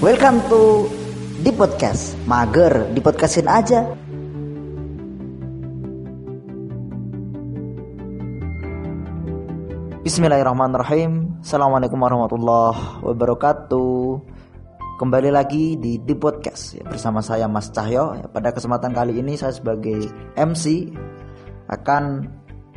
Welcome to di podcast. Mager, di podcastin aja. Bismillahirrahmanirrahim. Assalamualaikum warahmatullahi wabarakatuh. Kembali lagi di podcast ya, bersama saya Mas Cahyo. Ya, pada kesempatan kali ini saya sebagai MC akan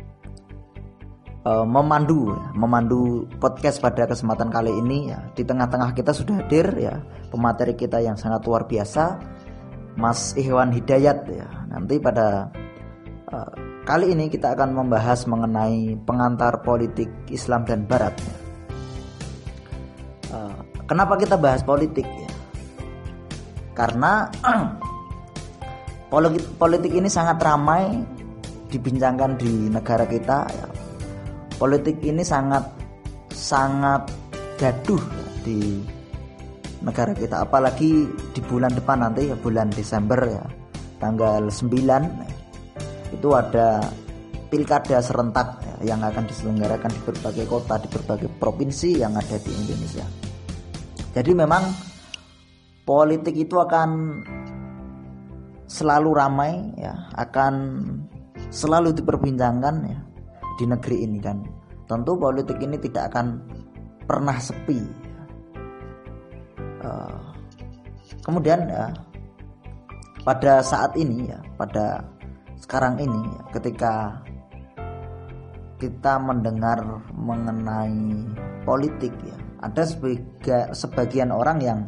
memandu podcast pada kesempatan kali ini ya. Di tengah-tengah kita sudah hadir ya pemateri kita yang sangat luar biasa, Mas Ikhwan Hidayat ya. Nanti pada kali ini kita akan membahas mengenai pengantar politik Islam dan Barat ya. Kenapa kita bahas politik ya? Karena politik ini sangat ramai dibincangkan di negara kita ya. Politik ini sangat gaduh ya, di negara kita, apalagi di bulan depan nanti ya, bulan Desember ya, tanggal 9 itu ada pilkada serentak ya, yang akan diselenggarakan di berbagai kota, di berbagai provinsi yang ada di Indonesia. Jadi memang politik itu akan selalu ramai ya, akan selalu diperbincangkan ya di negeri ini, dan tentu politik ini tidak akan pernah sepi. Kemudian ya, pada saat ini ya, pada sekarang ini ya, ketika kita mendengar mengenai politik ya, ada sebagian orang yang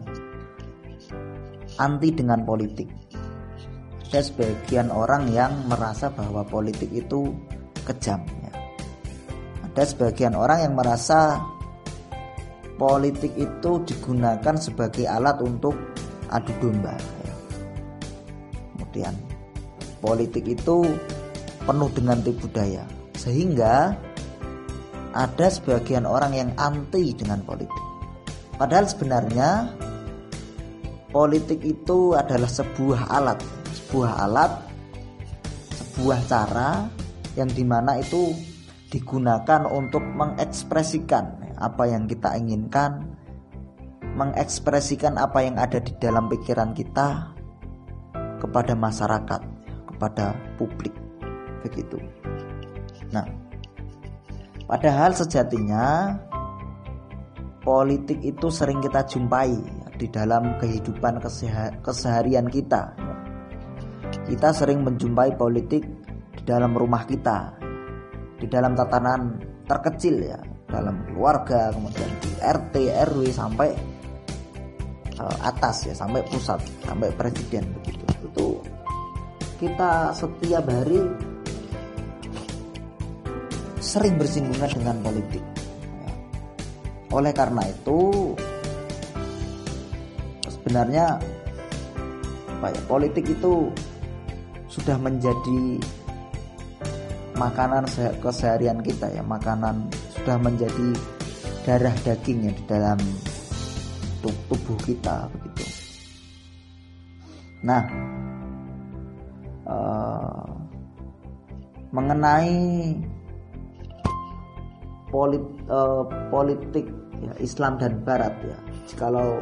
anti dengan politik. Ada sebagian orang yang merasa bahwa politik itu kejam ya. Ada sebagian orang yang merasa politik itu digunakan sebagai alat untuk adu domba ya. Kemudian politik itu penuh dengan tipu daya, sehingga ada sebagian orang yang anti dengan politik. Padahal sebenarnya politik itu adalah sebuah cara yang dimana itu digunakan untuk mengekspresikan apa yang kita inginkan, mengekspresikan apa yang ada di dalam pikiran kita kepada masyarakat, kepada publik, begitu. Nah, padahal sejatinya politik itu sering kita jumpai di dalam kehidupan keseharian kita. Kita sering menjumpai politik di dalam rumah kita, di dalam tatanan terkecil ya, dalam keluarga, kemudian di RT, RW sampai atas ya, sampai pusat, sampai presiden begitu. Itu kita setiap hari sering bersinggungan dengan politik ya. Oleh karena itu sebenarnya politik itu sudah menjadi makanan keseharian kita ya, makanan sudah menjadi darah daging ya di dalam tubuh kita begitu. Nah, mengenai politik ya, Islam dan Barat ya, kalau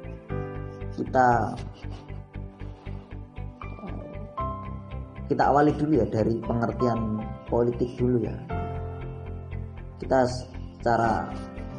kita awali dulu ya dari pengertian politik dulu ya. Kita secara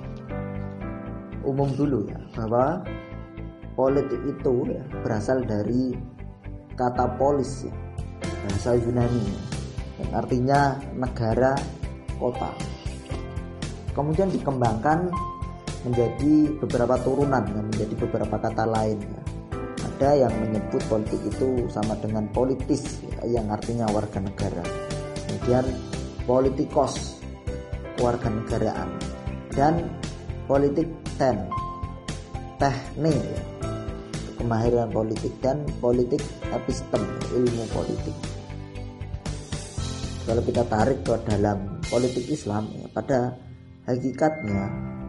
umum dulu ya, bahwa politik itu ya berasal dari kata polis ya, bahasa Yunani ya, yang artinya negara, kota. Kemudian dikembangkan menjadi beberapa turunan ya, menjadi beberapa kata lain ya. Ada yang menyebut politik itu sama dengan politis ya, yang artinya warga negara. Kemudian politikos, kewarganegaraan, dan politik teknik ya, kemahiran politik, dan politik epistem, ilmu politik. Kalau kita tarik ke dalam politik Islam ya, pada hakikatnya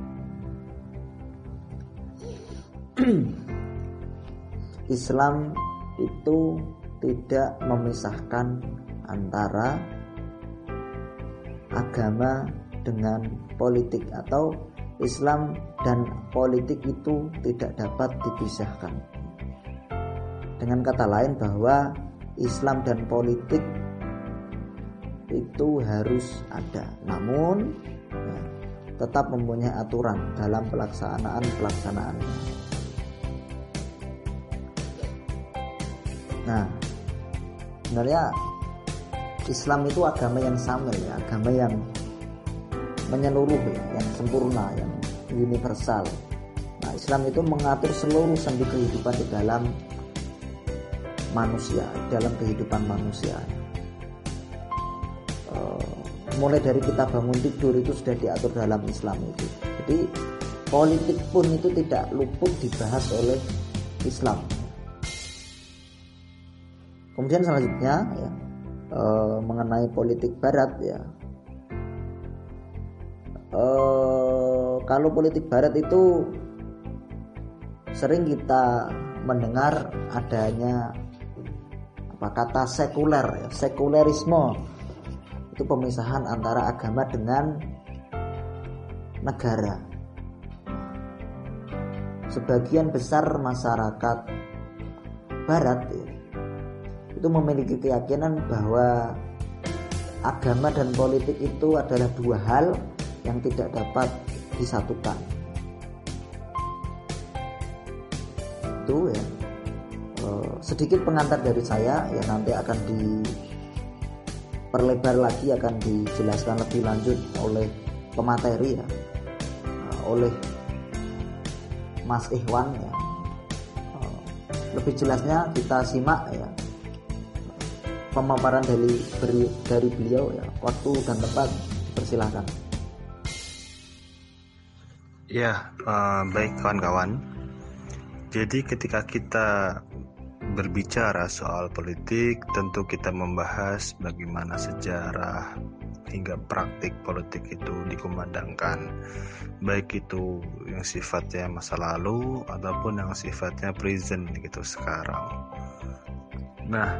Islam itu tidak memisahkan antara agama dengan politik, atau Islam dan politik itu tidak dapat dipisahkan. Dengan kata lain bahwa Islam dan politik itu harus ada, namun tetap mempunyai aturan dalam pelaksanaannya. Nah, sebenarnya Islam itu agama yang samil ya, agama yang menyeluruh ya, yang sempurna, yang universal. Nah, Islam itu mengatur seluruh sendi kehidupan di dalam manusia, dalam kehidupan manusia. Mulai dari kita bangun tidur itu sudah diatur dalam Islam itu. Jadi politik pun itu tidak luput dibahas oleh Islam. Kemudian selanjutnya ya, mengenai politik Barat ya. Kalau politik Barat itu sering kita mendengar adanya kata sekuler ya, sekulerisme. Itu pemisahan antara agama dengan negara. Sebagian besar masyarakat Barat ya, itu memiliki keyakinan bahwa agama dan politik itu adalah dua hal yang tidak dapat disatukan. Itu ya, sedikit pengantar dari saya ya, nanti akan diperlebar lagi, akan dijelaskan lebih lanjut oleh pemateri ya, oleh Mas Ikhwan ya. Lebih jelasnya kita simak ya pemaparan dari beliau ya. Waktu dan tempat dipersilahkan. Ya, baik kawan-kawan. Jadi ketika kita berbicara soal politik, tentu kita membahas bagaimana sejarah hingga praktik politik itu dikumandangkan, baik itu yang sifatnya masa lalu ataupun yang sifatnya present gitu sekarang. Nah,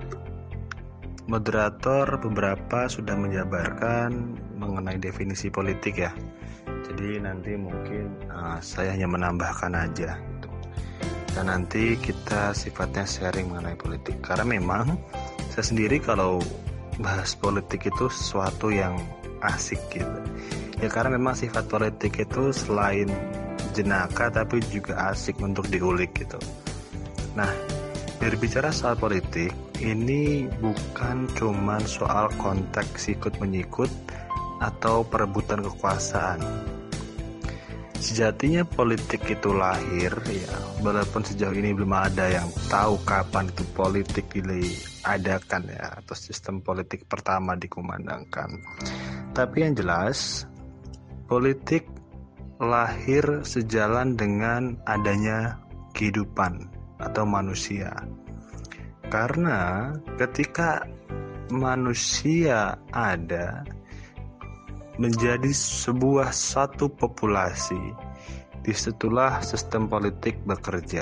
moderator beberapa sudah menjabarkan mengenai definisi politik ya. Jadi nanti mungkin saya hanya menambahkan aja gitu. Dan nanti kita sifatnya sharing mengenai politik. Karena memang saya sendiri kalau bahas politik itu sesuatu yang asik gitu. Ya karena memang sifat politik itu selain jenaka tapi juga asik untuk diulik gitu. Nah, berbicara soal politik ini bukan cuman soal konteks ikut-menyikut atau perebutan kekuasaan. Sejatinya politik itu lahir ya, walaupun sejauh ini belum ada yang tahu kapan itu politik diadakan ya, atau sistem politik pertama dikumandangkan. Tapi yang jelas politik lahir sejalan dengan adanya kehidupan atau manusia. Karena ketika manusia ada, menjadi sebuah satu populasi, disitulah sistem politik bekerja.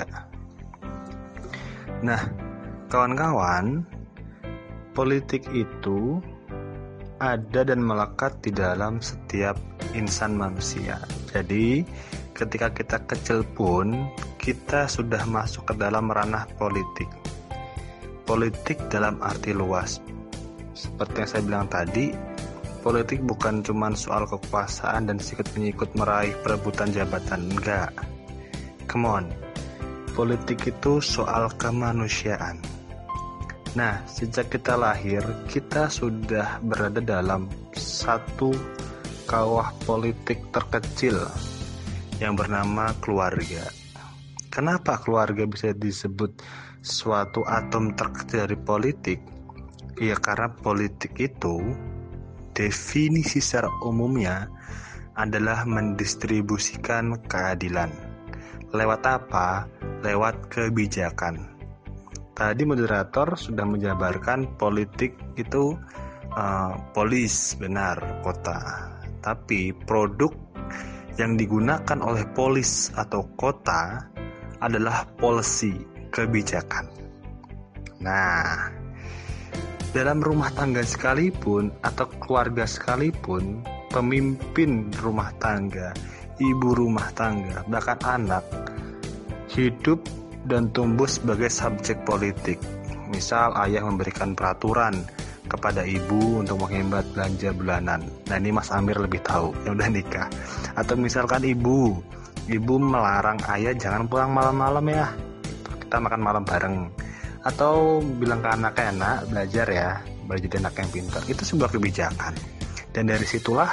Nah, kawan-kawan, politik itu ada dan melekat di dalam setiap insan manusia. Jadi, ketika kita kecil pun, kita sudah masuk ke dalam ranah politik. Politik dalam arti luas. Seperti yang saya bilang tadi, politik bukan cuma soal kekuasaan dan sikut-menyikut meraih perebutan jabatan, enggak. Come on. Politik itu soal kemanusiaan. Nah, sejak kita lahir, kita sudah berada dalam satu kawah politik terkecil yang bernama keluarga. Kenapa keluarga bisa disebut suatu atom terkecil dari politik? Ya karena politik itu definisi secara umumnya adalah mendistribusikan keadilan. Lewat apa? Lewat kebijakan. Tadi moderator sudah menjabarkan politik itu polis, benar, kota. Tapi produk yang digunakan oleh polis atau kota adalah policy, kebijakan. Nah, dalam rumah tangga sekalipun atau keluarga sekalipun, pemimpin rumah tangga ibu rumah tangga, bahkan anak, hidup dan tumbuh sebagai subjek politik. Misal ayah memberikan peraturan kepada ibu untuk menghemat belanja bulanan. Nah, ini Mas Amir lebih tahu yang udah nikah. Atau misalkan ibu melarang ayah jangan pulang malam-malam ya, kita makan malam bareng. Atau bilang ke anaknya, nak belajar ya, jadi anak yang pintar. Itu sebuah kebijakan. Dan dari situlah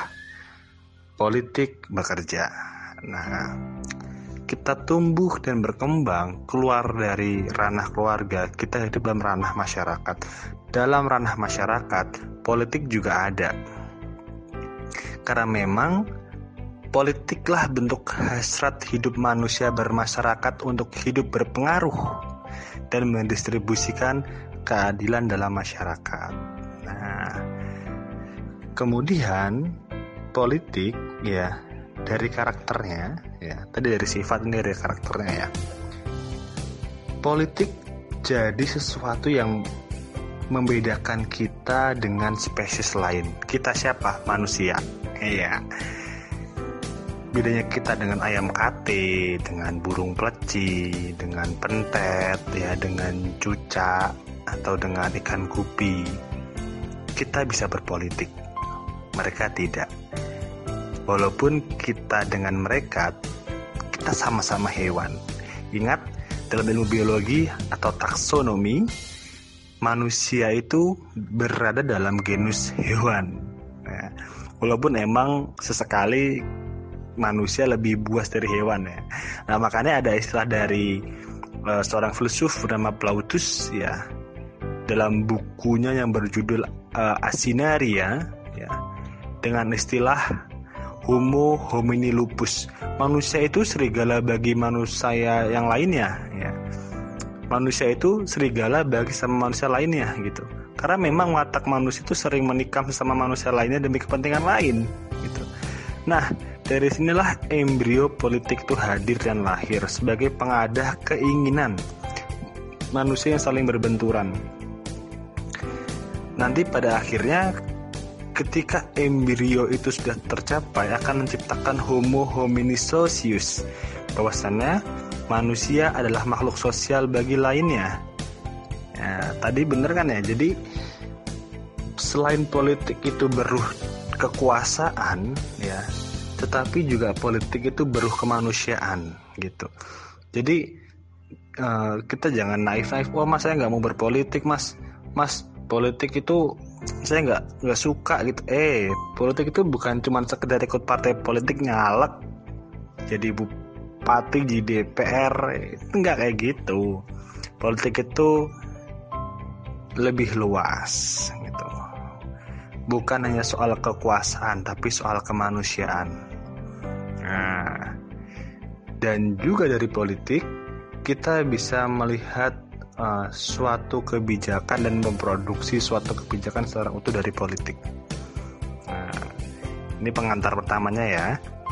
politik bekerja. Nah, kita tumbuh dan berkembang keluar dari ranah keluarga, kita hidup dalam ranah masyarakat. Dalam ranah masyarakat, politik juga ada. Karena memang politiklah bentuk hasrat hidup manusia bermasyarakat untuk hidup berpengaruh dan mendistribusikan keadilan dalam masyarakat. Nah, kemudian politik ya, dari karakternya ya, tadi dari sifat, ini dari karakternya ya. Politik jadi sesuatu yang membedakan kita dengan spesies lain. Kita siapa? Manusia. Iya. Bedanya kita dengan ayam kate, dengan burung pleci, dengan pentet ya, dengan cuca atau dengan ikan gupi. Kita bisa berpolitik. Mereka tidak. Walaupun kita dengan mereka, kita sama-sama hewan. Ingat, dalam ilmu biologi atau taksonomi, manusia itu berada dalam genus hewan. Ya. Walaupun emang sesekali manusia lebih buas dari hewan ya. Nah, makanya ada istilah dari seorang filsuf bernama Plautus ya. Dalam bukunya yang berjudul Asinaria ya, dengan istilah Homo homini lupus. Manusia itu serigala bagi manusia yang lainnya ya. Manusia itu serigala bagi sama manusia lainnya gitu. Karena memang watak manusia itu sering menikam sama manusia lainnya demi kepentingan lain gitu. Nah, dari sinilah embrio politik itu hadir dan lahir sebagai pengadah keinginan manusia yang saling berbenturan. Nanti pada akhirnya ketika embrio itu sudah tercapai akan menciptakan Homo homini socius, bahwasannya manusia adalah makhluk sosial bagi lainnya. Ya, tadi bener kan ya? Jadi selain politik itu beruh kekuasaan ya, tetapi juga politik itu beruh kemanusiaan gitu. Jadi kita jangan naif-naif. Oh, mas saya nggak mau berpolitik mas politik itu saya nggak suka gitu. Politik itu bukan cuma sekedar ikut partai politik nyalek jadi bupati di DPR, itu nggak kayak gitu. Politik itu lebih luas gitu. Bukan hanya soal kekuasaan, tapi soal kemanusiaan. Nah, dan juga dari politik kita bisa melihat suatu kebijakan dan memproduksi suatu kebijakan secara utuh dari politik. Nah, ini pengantar pertamanya ya.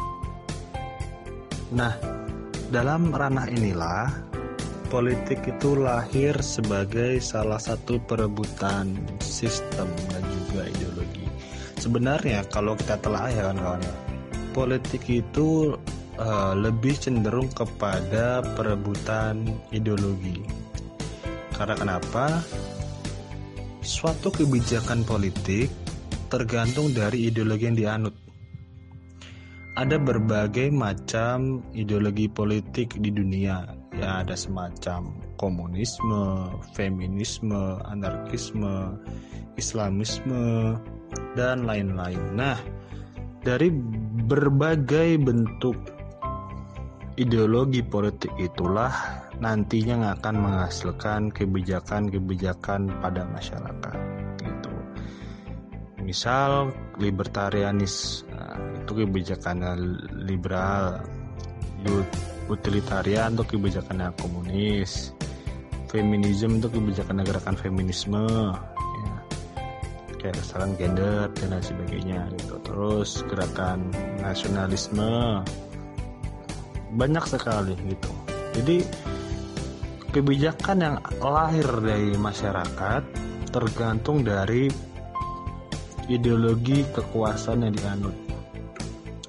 Nah, dalam ranah inilah politik itu lahir sebagai salah satu perebutan sistem dan juga ideologi. Sebenarnya kalau kita telah ya kawan-kawan, politik itu lebih cenderung kepada perebutan ideologi. Karena kenapa? Suatu kebijakan politik tergantung dari ideologi yang dianut. Ada berbagai macam ideologi politik di dunia. Ya, ada semacam komunisme, feminisme, anarkisme, islamisme, dan lain-lain. Nah, dari berbagai bentuk ideologi politik itulah nantinya akan menghasilkan kebijakan-kebijakan pada masyarakat gitu. Misal libertarianis, itu kebijakannya liberal. Utilitarian untuk kebijakannya komunis. Feminisme untuk kebijakan gerakan feminisme ya. Kayak misalkan gender dan lain sebagainya gitu. Terus gerakan nasionalisme banyak sekali gitu. Jadi kebijakan yang lahir dari masyarakat tergantung dari ideologi kekuasaan yang dianut.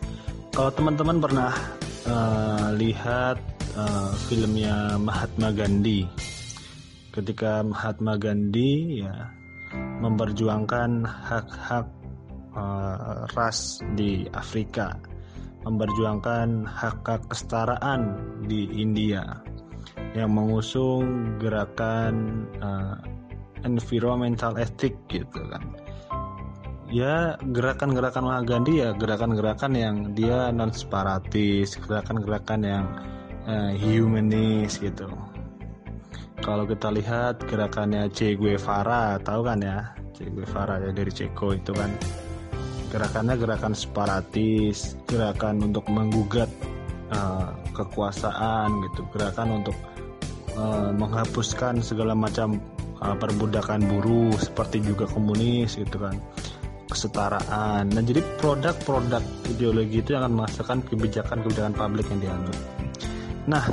Kalau teman-teman pernah lihat filmnya Mahatma Gandhi, ketika Mahatma Gandhi ya memperjuangkan hak-hak ras di Afrika, memperjuangkan hak-hak kesetaraan di India, yang mengusung gerakan environmental ethic gitu kan. Ya, gerakan-gerakan Mahatma Gandhi ya gerakan-gerakan yang dia non separatis, gerakan-gerakan yang humanis gitu. Kalau kita lihat gerakannya Che Guevara, tahu kan ya, Che Guevara ya dari Ceko itu kan, gerakannya gerakan separatis, gerakan untuk menggugat kekuasaan gitu, gerakan untuk menghapuskan segala macam perbudakan buruh, seperti juga komunis gitu kan, kesetaraan. Dan jadi produk-produk ideologi itu yang akan menghasilkan kebijakan-kebijakan publik yang dianut. Nah,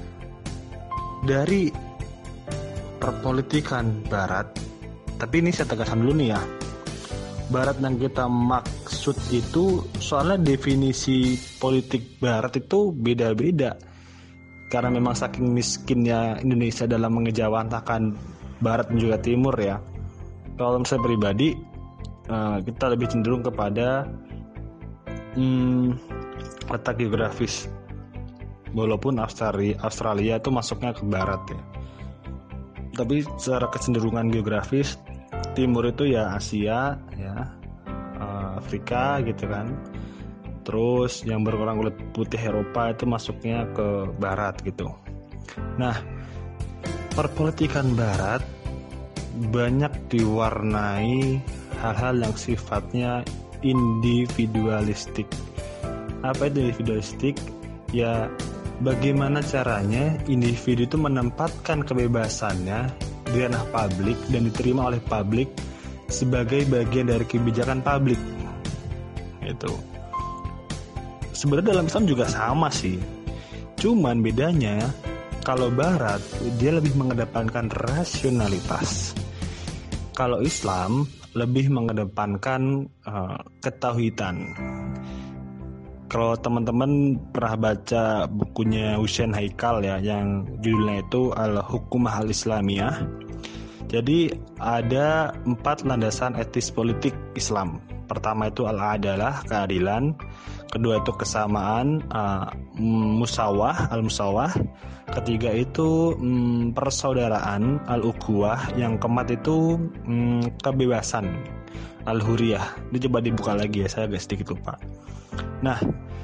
dari perpolitikan Barat, tapi ini saya tegaskan dulu nih ya, Barat yang kita maksud itu soalnya definisi politik Barat itu beda-beda, karena memang saking miskinnya Indonesia dalam mengejawantahkan Barat dan juga Timur ya. Kalau saya pribadi, kita lebih cenderung kepada letak geografis, walaupun Australia itu masuknya ke barat ya, tapi secara kecenderungan geografis timur itu ya Asia ya, Afrika gitu kan, terus yang berwarna kulit putih Eropa itu masuknya ke barat gitu. Nah, perpolitikan barat banyak diwarnai hal-hal yang sifatnya individualistik. Apa itu individualistik? Ya, bagaimana caranya individu itu menempatkan kebebasannya di ranah publik dan diterima oleh publik sebagai bagian dari kebijakan publik. Itu. Sebenarnya dalam Islam juga sama sih. Cuman bedanya kalau Barat dia lebih mengedepankan rasionalitas. Kalau Islam lebih mengedepankan ketauhidan. Kalau teman-teman pernah baca bukunya Hussein Haikal ya, yang judulnya itu Al-Hukumah Al-Islamiyah. Jadi ada 4 landasan etis politik Islam. Pertama itu al-adalah, keadilan. Kedua itu kesamaan, al-musawah. Ketiga itu persaudaraan, al-ukhuwah. Yang keempat itu kebebasan, al-huriyah. Ini coba dibuka lagi ya, saya agak sedikit lupa. Nah,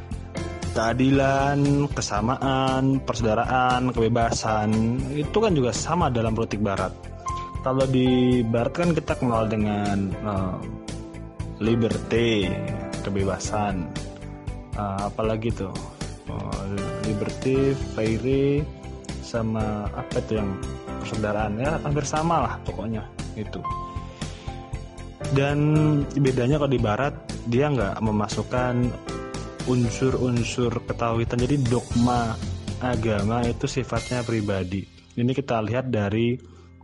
keadilan, kesamaan, persaudaraan, kebebasan itu kan juga sama dalam politik Barat. Kalau di Barat kan kita kenal dengan liberty, kebebasan, apalagi tuh liberty, faire, sama apa itu yang persaudaraan ya, hampir sama lah pokoknya itu. Dan bedanya kalau di Barat dia nggak memasukkan unsur-unsur ketauhidan, jadi dogma agama itu sifatnya pribadi. Ini kita lihat dari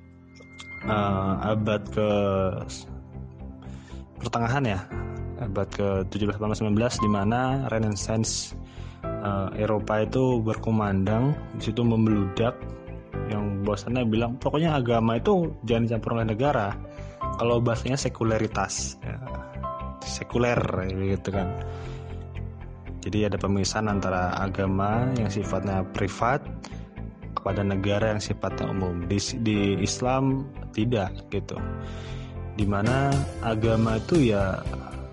abad ke pertengahan ya, abad ke 17, 18, 19, di mana Renaissance Eropa itu berkumandang, di situ membeludak, yang bahwasannya bilang pokoknya agama itu jangan dicampur oleh negara. Kalau bahasanya sekularitas ya, sekuler gitu kan. Jadi ada pemisahan antara agama yang sifatnya privat kepada negara yang sifatnya umum. Di Islam tidak gitu, dimana agama itu ya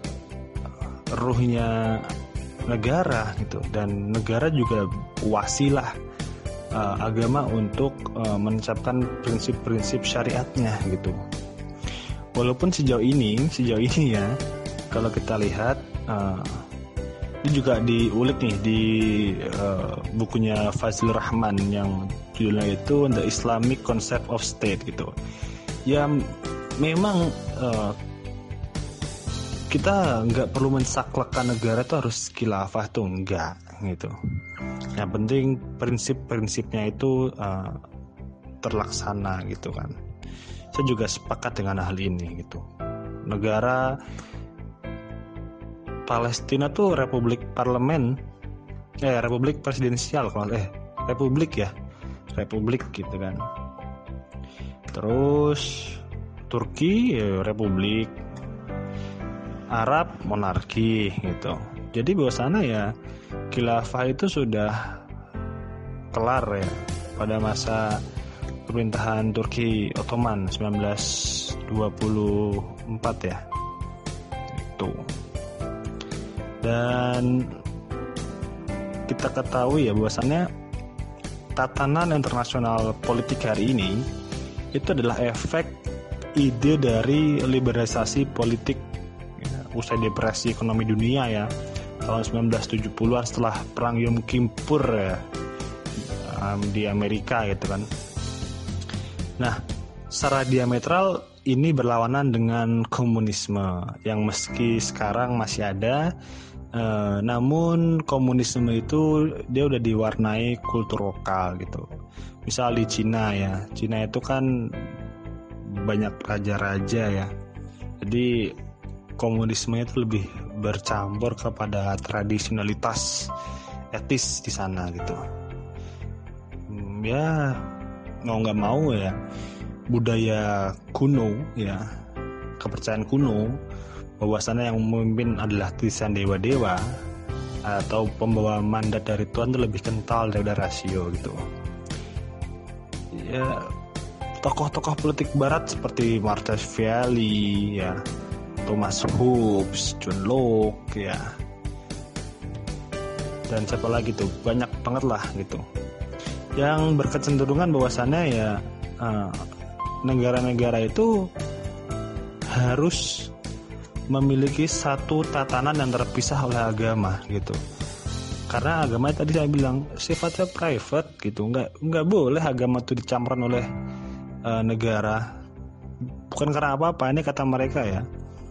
ruhnya negara gitu, dan negara juga wasilah agama untuk menetapkan prinsip-prinsip syariatnya gitu. Walaupun sejauh ini ya, kalau kita lihat ini juga diulik nih di bukunya Fazlur Rahman yang judulnya itu The Islamic Concept of State gitu. Ya memang kita nggak perlu mensaklekkan negara itu harus khilafah tuh, enggak gitu. Yang penting prinsip-prinsipnya itu terlaksana gitu kan. Saya juga sepakat dengan hal ini gitu. Negara Palestina tuh republik presidensial republik gitu kan. Terus Turki ya republik, Arab monarki gitu. Jadi bahwasanya ya khilafah itu sudah kelar ya pada masa pemerintahan Turki Ottoman 1924 ya. Itu. Dan kita ketahui ya bahwasannya tatanan internasional politik hari ini itu adalah efek ide dari liberalisasi politik ya, usai depresi ekonomi dunia ya tahun 1970-an setelah perang Yom Kippur ya di Amerika gitu kan. Nah, secara diametral ini berlawanan dengan komunisme yang meski sekarang masih ada, namun komunisme itu dia udah diwarnai kultur lokal gitu. Misal di Cina ya, Cina itu kan banyak raja-raja ya. Jadi komunisme itu lebih bercampur kepada tradisionalitas etis di sana gitu. Ya mau nggak mau ya budaya kuno ya, kepercayaan kuno bahwasannya yang memimpin adalah titisan dewa-dewa atau pembawa mandat dari Tuhan itu lebih kental daripada rasio gitu. Ya tokoh-tokoh politik barat seperti Machiavelli ya, Thomas Hobbes, John Locke ya, dan siapa lagi tuh, banyak banget lah gitu yang berkecenderungan bahwasannya ya negara-negara itu harus memiliki satu tatanan yang terpisah oleh agama gitu. Karena agama tadi saya bilang sifatnya private gitu, nggak boleh agama itu dicampurkan oleh negara. Bukan karena apa-apa, ini kata mereka ya,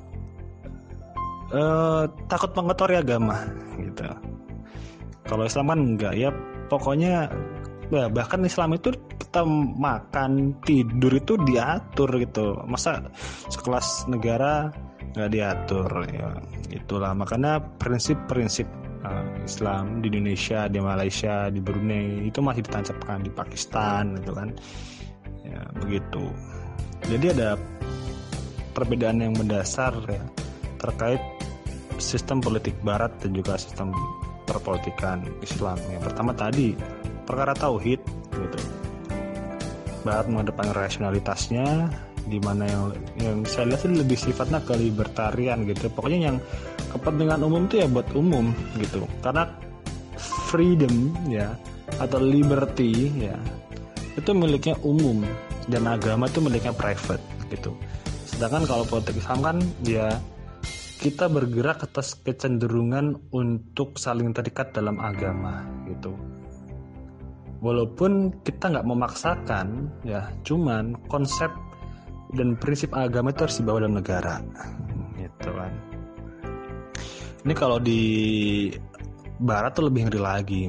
takut mengotori agama gitu. Kalau Islam kan enggak ya, pokoknya ya, bahkan Islam itu kita makan tidur itu diatur gitu. Masa sekelas negara nggak diatur ya, itulah makanya prinsip-prinsip Islam di Indonesia, di Malaysia, di Brunei itu masih ditancapkan, di Pakistan gitu kan ya, begitu. Jadi ada perbedaan yang mendasar ya terkait sistem politik barat dan juga sistem perpolitikan Islam. Yang pertama tadi perkara tauhid gitu. Barat mengedepankan rasionalitasnya, di mana yang saya lihat lebih sifatnya ke libertarian gitu. Pokoknya yang kepentingan umum itu ya buat umum gitu. Karena freedom ya atau liberty ya itu miliknya umum dan agama itu miliknya private gitu. Sedangkan kalau politik Islam kan ya kita bergerak atas kecenderungan untuk saling terikat dalam agama gitu. Walaupun kita nggak memaksakan ya, cuman konsep dan prinsip agama itu harus dibawa dalam negara gitu kan. Ini kalau di barat tuh lebih ngeri lagi.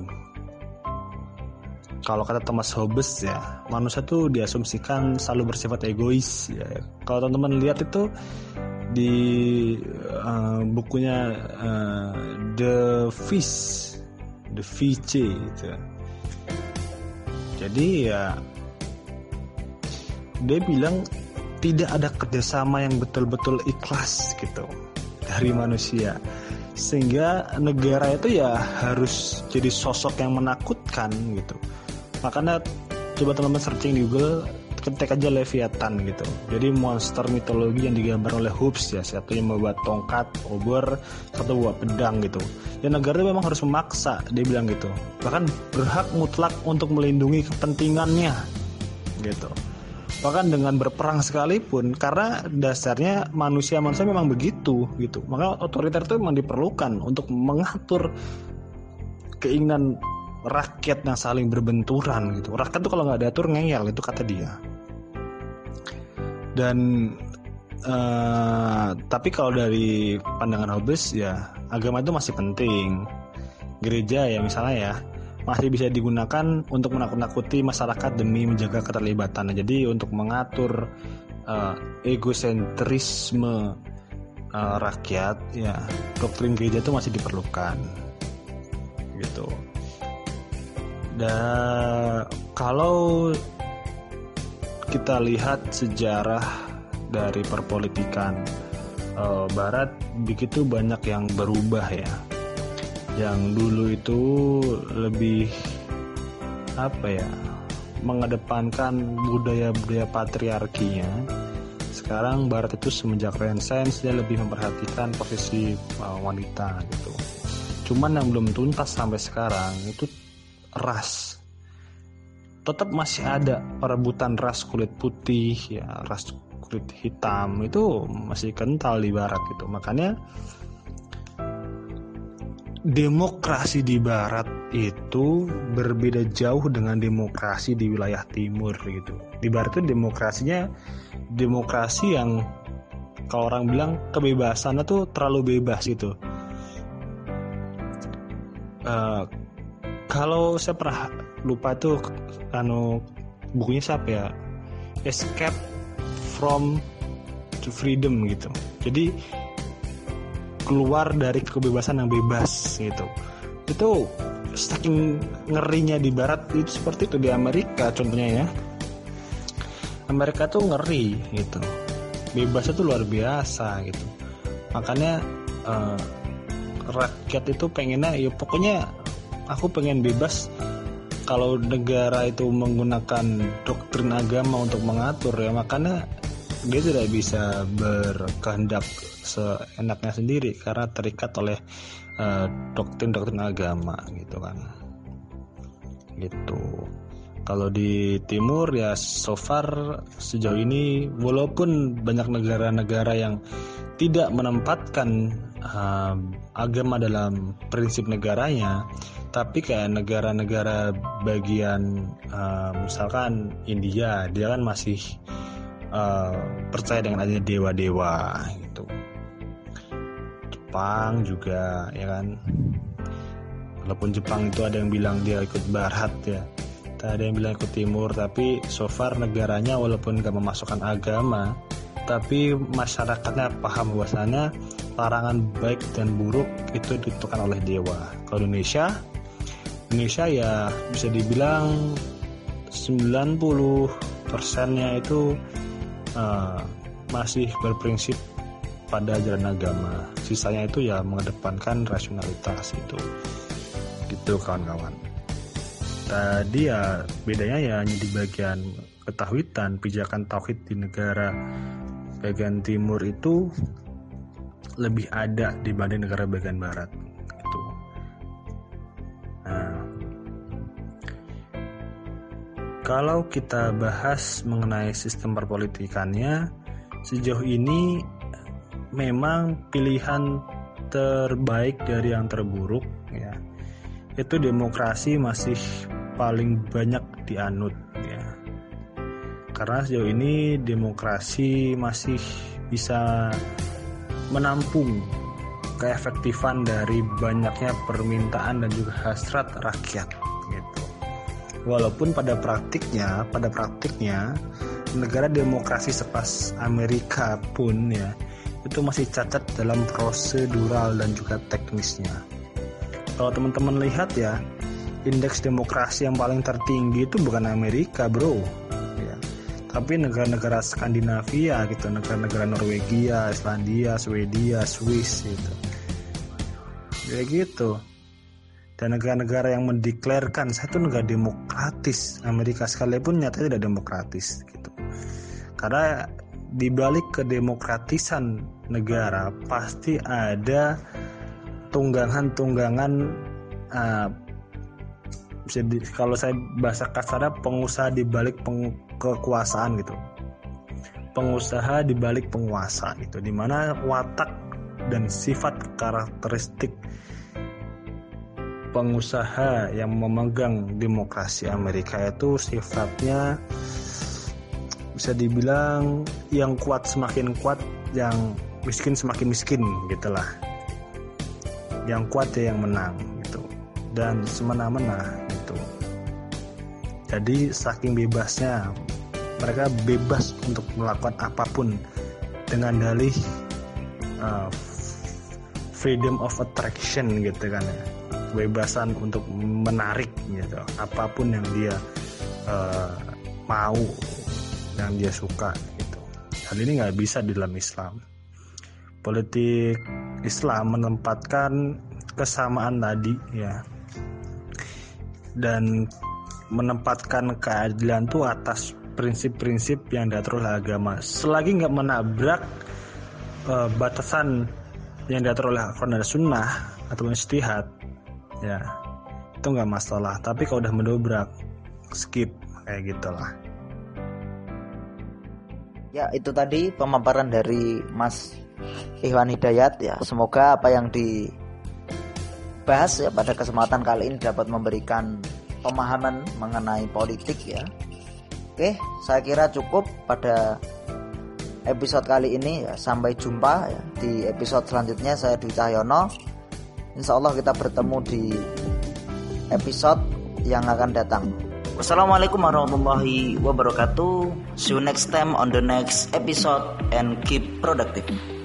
Kalau kata Thomas Hobbes ya, manusia tuh diasumsikan selalu bersifat egois ya. Kalau teman-teman lihat itu di bukunya The Vice gitu. Jadi ya dia bilang tidak ada kerjasama yang betul-betul ikhlas gitu dari manusia, sehingga negara itu ya harus jadi sosok yang menakutkan gitu. Makanya coba teman-teman searching di Google, ketik aja Leviathan gitu. Jadi monster mitologi yang digambar oleh Hobbes ya, satu yang membawa tongkat, obor, satu bawa pedang gitu. Dan negara itu memang harus memaksa, dia bilang gitu. Bahkan berhak mutlak untuk melindungi kepentingannya gitu. Bahkan dengan berperang sekalipun, karena dasarnya manusia memang begitu gitu. Maka otoriter itu memang diperlukan untuk mengatur keinginan rakyat yang saling berbenturan gitu. Rakyat tuh kalau nggak diatur ngeyel, itu kata dia. Dan tapi kalau dari pandangan Hobbes ya, agama itu masih penting. Gereja ya misalnya ya masih bisa digunakan untuk menakut-nakuti masyarakat demi menjaga keterlibatan. Jadi untuk mengatur egosentrisme rakyat, ya doktrin gereja itu masih diperlukan gitu. Dan kalau kita lihat sejarah dari perpolitikan Barat, begitu banyak yang berubah ya. Yang dulu itu lebih mengedepankan budaya-budaya patriarkinya. Sekarang Barat itu semenjak Renaissance dia lebih memperhatikan posisi wanita gitu. Cuman yang belum tuntas sampai sekarang itu ras. Tetap masih ada perebutan ras kulit putih, ya ras kulit hitam itu masih kental di Barat gitu. Makanya demokrasi di Barat itu berbeda jauh dengan demokrasi di wilayah timur gitu. Di Barat itu demokrasinya demokrasi yang kalau orang bilang kebebasannya tuh terlalu bebas gitu. Kalau saya pernah lupa tuh bukunya siapa ya, Escape from to Freedom gitu. Jadi keluar dari kebebasan yang bebas gitu. Itu saking ngerinya di Barat itu seperti itu. Di Amerika contohnya ya, Amerika tuh ngeri gitu, bebasnya tuh luar biasa gitu. Makanya rakyat itu pengennya ya pokoknya aku pengen bebas. Kalau negara itu menggunakan doktrin agama untuk mengatur ya, makanya dia tidak bisa berkehendak seenaknya sendiri karena terikat oleh doktrin agama gitu kan. Gitu. Kalau di timur ya so far sejauh ini walaupun banyak negara-negara yang tidak menempatkan agama dalam prinsip negaranya, tapi kayak negara-negara bagian misalkan India, dia kan masih percaya dengan adanya dewa-dewa gitu. Jepang juga ya kan, walaupun Jepang itu ada yang bilang dia ikut Barat ya, ada yang bilang ikut Timur, tapi so far negaranya walaupun gak memasukkan agama, tapi masyarakatnya paham bahwasanya larangan baik dan buruk itu ditentukan oleh dewa. Kalau Indonesia ya bisa dibilang 90%-nya itu masih berprinsip pada ajaran agama. Sisanya itu ya mengedepankan rasionalitas itu. Gitu kawan-kawan. Tadi ya bedanya ya hanya di bagian ketauhidan, pijakan tauhid di negara bagian timur itu lebih ada dibanding negara bagian barat gitu. Nah, kalau kita bahas mengenai sistem perpolitikannya, sejauh ini memang pilihan terbaik dari yang terburuk ya. Itu demokrasi masih paling banyak dianut ya. Karena sejauh ini demokrasi masih bisa menampung keefektifan dari banyaknya permintaan dan juga hasrat rakyat gitu. Walaupun pada praktiknya negara demokrasi sepas Amerika pun ya itu masih cacat dalam prosedural dan juga teknisnya. Kalau teman-teman lihat ya, indeks demokrasi yang paling tertinggi itu bukan Amerika bro ya, tapi negara-negara Skandinavia gitu, negara-negara Norwegia, Islandia, Swedia, Swiss gitu. Ya gitu. Dan negara-negara yang mendeklarkan satu negara demokratis, Amerika sekalipun nyatanya tidak demokratis gitu. Karena di balik kedemokratisan negara pasti ada tunggangan-tunggangan kalau saya bahasa kasarnya pengusaha di balik kekuasaan gitu. Pengusaha di balik penguasa gitu, di mana watak dan sifat karakteristik pengusaha yang memegang demokrasi Amerika itu sifatnya bisa dibilang yang kuat semakin kuat, yang miskin semakin miskin gitulah. Yang kuat ya yang menang gitu, dan semena-mena gitu. Jadi saking bebasnya mereka bebas untuk melakukan apapun dengan dalih freedom of attraction gitu kan ya, kebebasan untuk menarik gitu, apapun yang dia mau, yang dia suka gitu. Hal ini nggak bisa di dalam Islam. Politik Islam menempatkan kesamaan tadi ya, dan menempatkan keadilan itu atas prinsip-prinsip yang diatur oleh agama, selagi nggak menabrak batasan yang diatur oleh Al-Quran dan Sunnah atau ijtihad ya, itu nggak masalah. Tapi kalau udah mendobrak, skip kayak gitulah. Ya, itu tadi pemaparan dari Mas Ikhwan Hidayat ya. Semoga apa yang dibahas ya pada kesempatan kali ini dapat memberikan pemahaman mengenai politik ya. Oke, saya kira cukup pada episode kali ini ya. Sampai jumpa ya di episode selanjutnya. Saya Dwi Cahyono. Insyaallah kita bertemu di episode yang akan datang. Wassalamualaikum warahmatullahi wabarakatuh. See you next time on the next episode and keep productive.